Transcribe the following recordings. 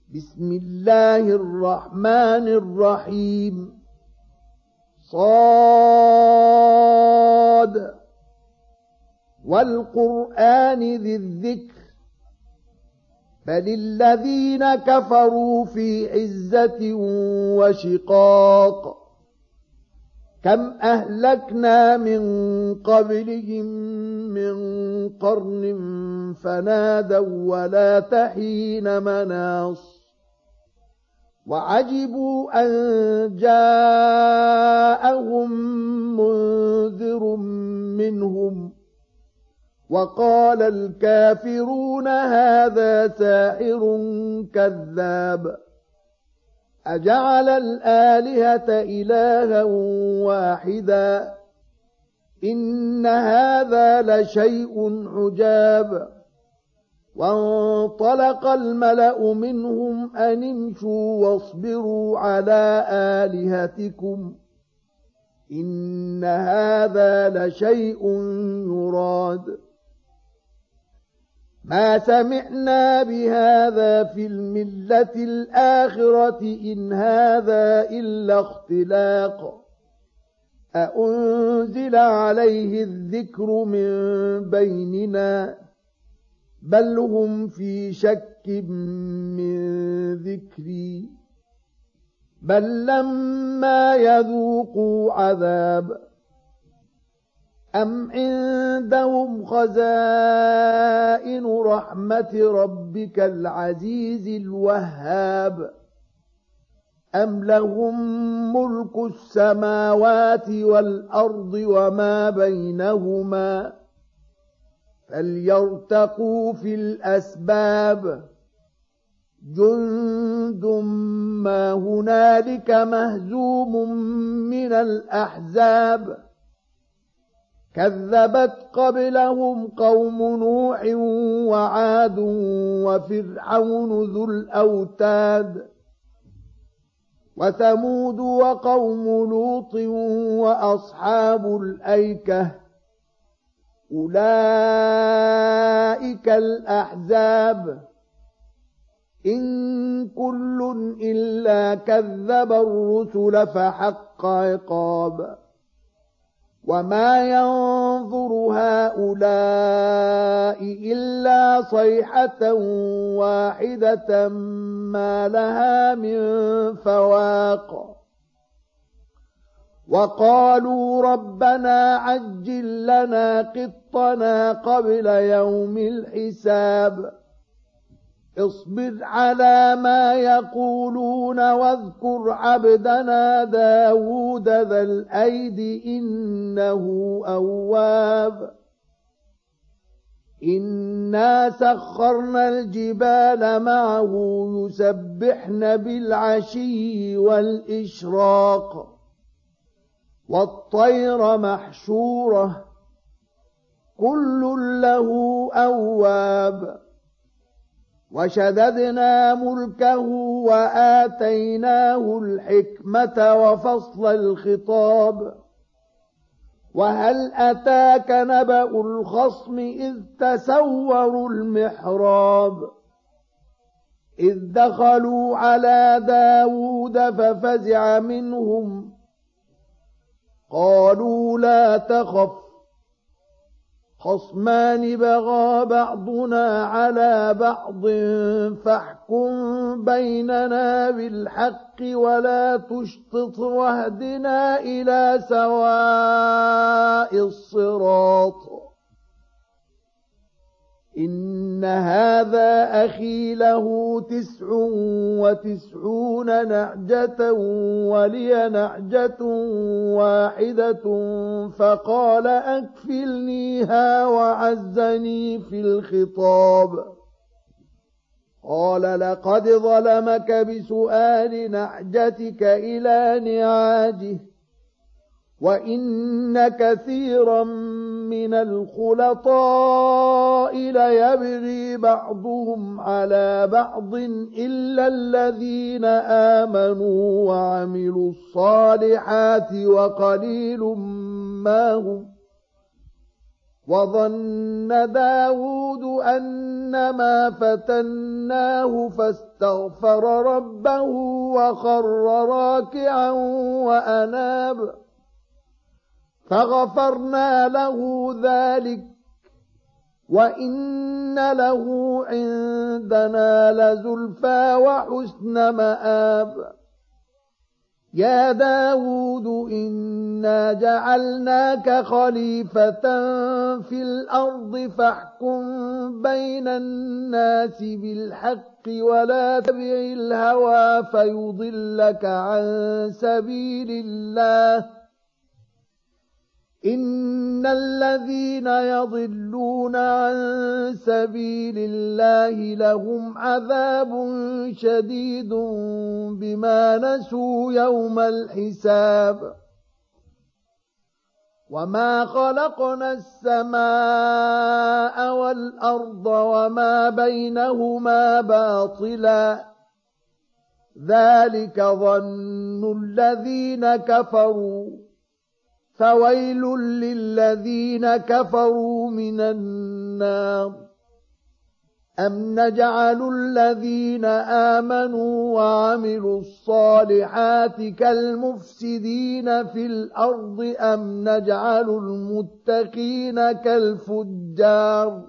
بسم الله الرحمن الرحيم صاد والقرآن ذي الذكر بل الذين كفروا في عزة وشقاق كم أهلكنا من قبلهم من قرن فنادوا ولا تحين مناص وعجبوا أن جاءهم منذر منهم وقال الكافرون هذا ساحر كذاب أجعل الآلهة إلها واحدا إن هذا لشيء عجاب وانطلق الملأ منهم أن امشوا واصبروا على آلهتكم إن هذا لشيء يراد ما سمعنا بهذا في الملة الآخرة إن هذا إلا اختلاق أأنزل عليه الذكر من بيننا بل هم في شك من ذكري بل لما يذوقوا عذاب أم عندهم خزائن رحمة ربك العزيز الوهاب أم لهم ملك السماوات والأرض وما بينهما فليرتقوا في الأسباب جند ما هنالك مهزوم من الأحزاب كذبت قبلهم قوم نوح وعاد وفرعون ذو الأوتاد وثمود وقوم لوط وأصحاب الأيكة أولئك الأحزاب إن كل إلا كذب الرسل فحق عقاب وما ينظر هؤلاء إلا صيحة واحدة ما لها من فواق وقالوا ربنا عجل لنا قطنا قبل يوم الحساب اصبر على ما يقولون واذكر عبدنا داود ذا الأيد إنه أواب إنا سخرنا الجبال معه يسبحن بالعشي والإشراق والطير محشورة كل له أواب وشددنا ملكه وآتيناه الحكمة وفصل الخطاب وهل أتاك نبأ الخصم إذ تسوروا المحراب إذ دخلوا على داود ففزع منهم قالوا لا تخف خصمان بغى بعضنا على بعض فاحكم بيننا بالحق ولا تشطط واهدنا إلى سواء الصراط إن هذا أخي له 99 نعجة ولي نعجة واحدة فقال أكفلنيها وعزني في الخطاب قال لقد ظلمك بسؤال نعجتك إلى نعاجه وإن كثيرا من الخلطاء ليبغي بعضهم على بعض إلا الذين آمنوا وعملوا الصالحات وقليل ما هم وظن داود أنما فتناه فاستغفر ربه وخر راكعا وأناب فغفرنا له ذلك وإن له عندنا لزلفى وحسن مآب يا داود إنا جعلناك خليفة في الأرض فاحكم بين الناس بالحق ولا تتبع الهوى فيضلك عن سبيل الله إن الذين يضلون عن سبيل الله لهم عذاب شديد بما نسوا يوم الحساب وما خلقنا السماء والأرض وما بينهما باطلا ذلك ظن الذين كفروا فويل للذين كفروا من النار أم نجعل الذين آمنوا وعملوا الصالحات كالمفسدين في الأرض أم نجعل المتقين كالفجار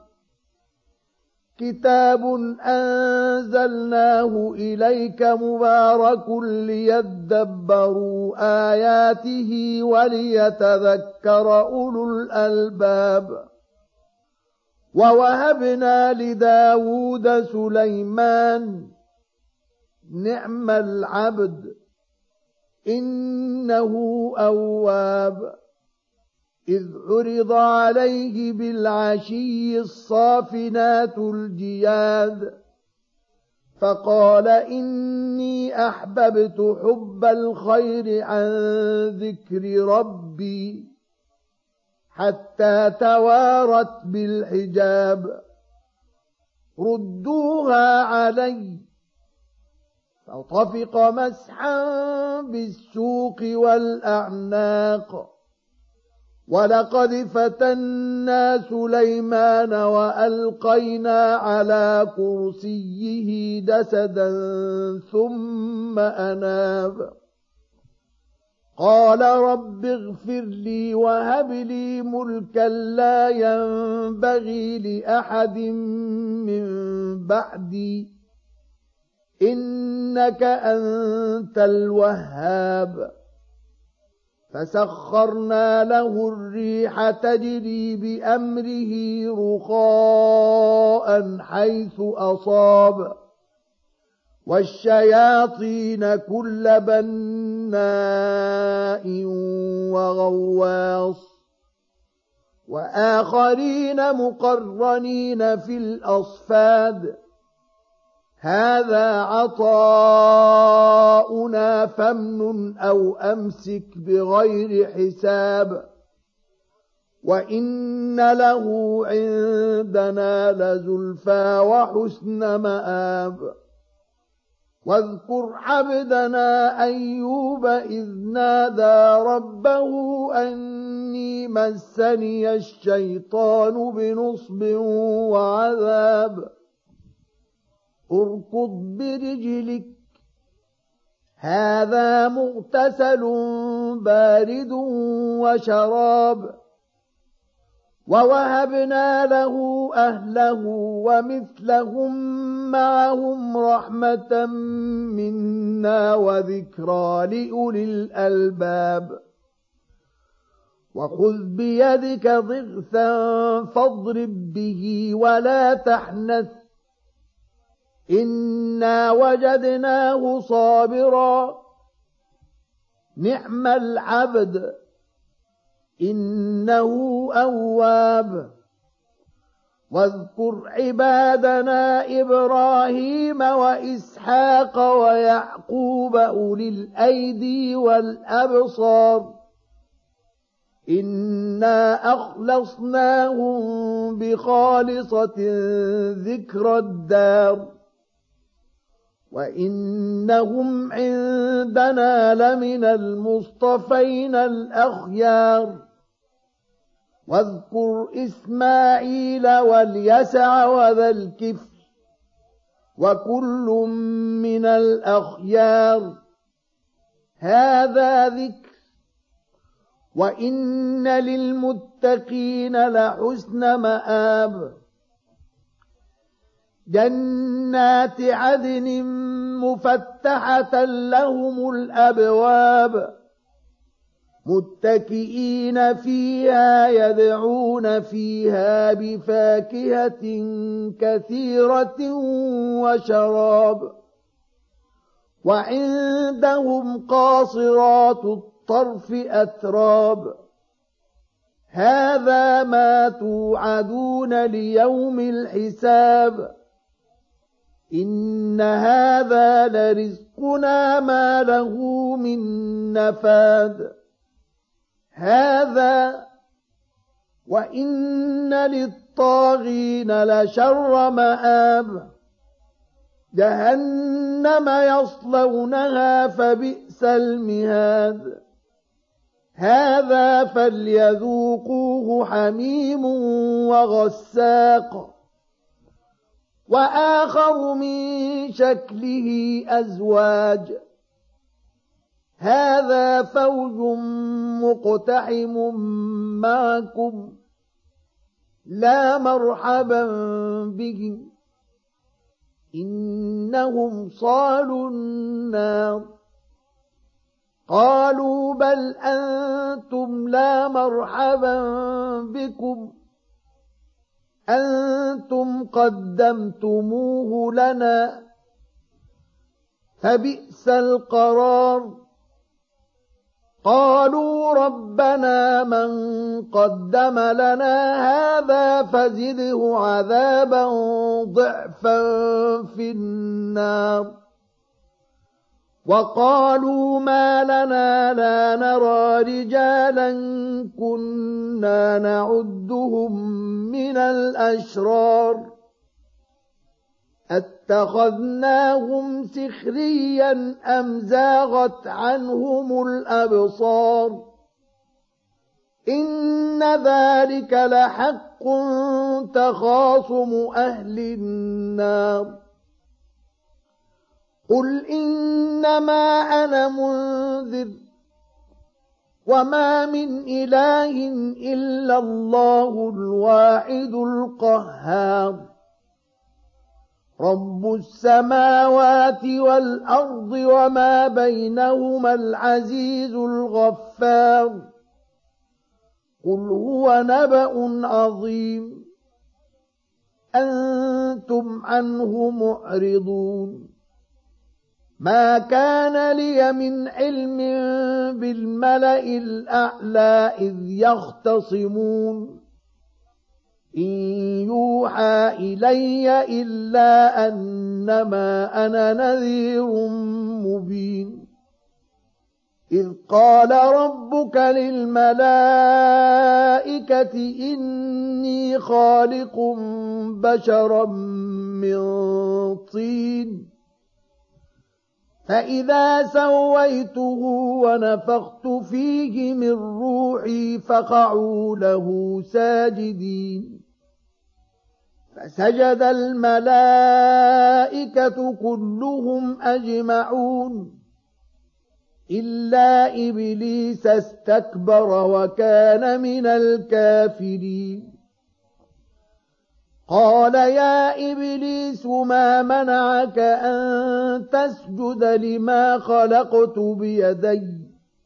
كتاب أنزلناه إليك مبارك ليدبروا آياته وليتذكر أولو الألباب ووهبنا لداود سليمان نعم العبد إنه أواب إذ عرض عليه بالعشي الصافنات الجياد فقال إني أحببت حب الخير عن ذكر ربي حتى توارت بالحجاب ردوها علي فطفق مسحا بالسوق والأعناق ولقد فتنا سليمان وألقينا على كرسيه جسدا ثم أناب قال رب اغفر لي وهب لي ملكا لا ينبغي لأحد من بعدي إنك أنت الوهاب فسخرنا له الريح تجري بأمره رخاء حيث أصاب والشياطين كل بناء وغواص وآخرين مقرنين في الأصفاد هذا عطاؤنا فامنن أو أمسك بغير حساب وإن له عندنا لزلفى وحسن مآب واذكر عبدنا أيوب إذ نادى ربه أني مسني الشيطان بنصب وعذاب اركض برجلك هذا مغتسل بارد وشراب ووهبنا له أهله ومثلهم معهم رحمة منا وذكرى لأولي الألباب وخذ بيدك ضغثا فاضرب به ولا تحنث إنا وجدناه صابرا نعم العبد إنه أواب واذكر عبادنا إبراهيم وإسحاق ويعقوب أولي الأيدي والأبصار إنا أخلصناهم بخالصة ذكر الدار وإنهم عندنا لمن المصطفين الأخيار واذكر إسماعيل واليسع وذا الكفل وكل من الأخيار هذا ذكر وإن للمتقين لحسن مآب جنات عدن مفتحة لهم الأبواب متكئين فيها يدعون فيها بفاكهة كثيرة وشراب وعندهم قاصرات الطرف أتراب هذا ما توعدون ليوم الحساب إن هذا لرزقنا ما له من نفاد هذا وإن للطاغين لشر مآب جهنم يصلونها فبئس المهاد هذا فليذوقوه حميم وغساق وآخر من شكله أزواج هذا فوج مقتحم معكم لا مرحبا بهم إنهم صالوا النار قالوا بل أنتم لا مرحبا بكم أنتم قدمتموه لنا فبئس القرار قالوا ربنا من قدم لنا هذا فزده عذابا ضعفا في النار وقالوا ما لنا لا نرى رجالا كنا نعدهم من الأشرار اتخذناهم سخريا أم زاغت عنهم الأبصار إن ذلك لحق تخاصم أهل النار قل إنما أنا منذر وما من إله إلا الله الواحد القهار رب السماوات والأرض وما بينهما العزيز الغفار قل هو نبأ عظيم أنتم عنه معرضون ما كان لي من علم بالملأ الأعلى إذ يختصمون إن يوحى إلي إلا أنما أنا نذير مبين إذ قال ربك للملائكة إني خالق بشرا من طين فإذا سويته ونفخت فيه من روحي فقعوا له ساجدين فسجد الملائكة كلهم أجمعون إلا إبليس استكبر وكان من الكافرين قال يا إبليس ما منعك أن تسجد لما خلقت بيدي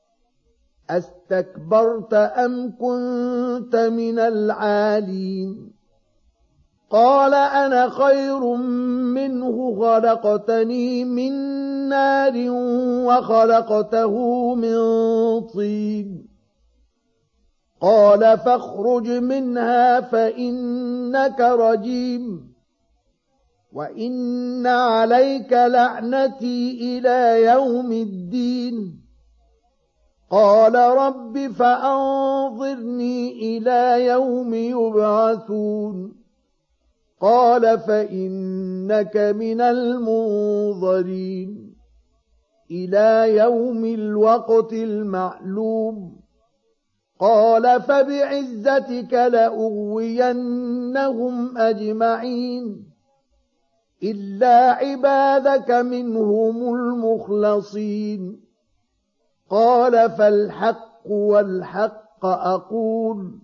أستكبرت أم كنت من العالين قال أنا خير منه خلقتني من نار وخلقته من طين قال فاخرج منها فإنك رجيم وإن عليك لعنتي إلى يوم الدين قال رب فأنظرني إلى يوم يبعثون قال فإنك من المنظرين إلى يوم الوقت المعلوم قال فبعزتك لأغوينهم أجمعين إلا عبادك منهم المخلصين قال فالحق والحق أقول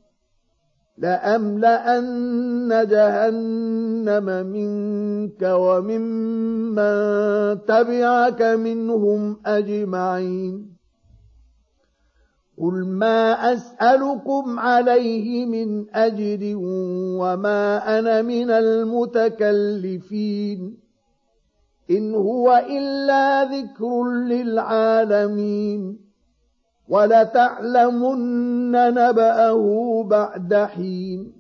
لأملأن جهنم منك وممن تبعك منهم أجمعين قل ما أسألكم عليه من أجر وما أنا من المتكلفين إن هو إلا ذكر للعالمين ولتعلمن نبأه بعد حين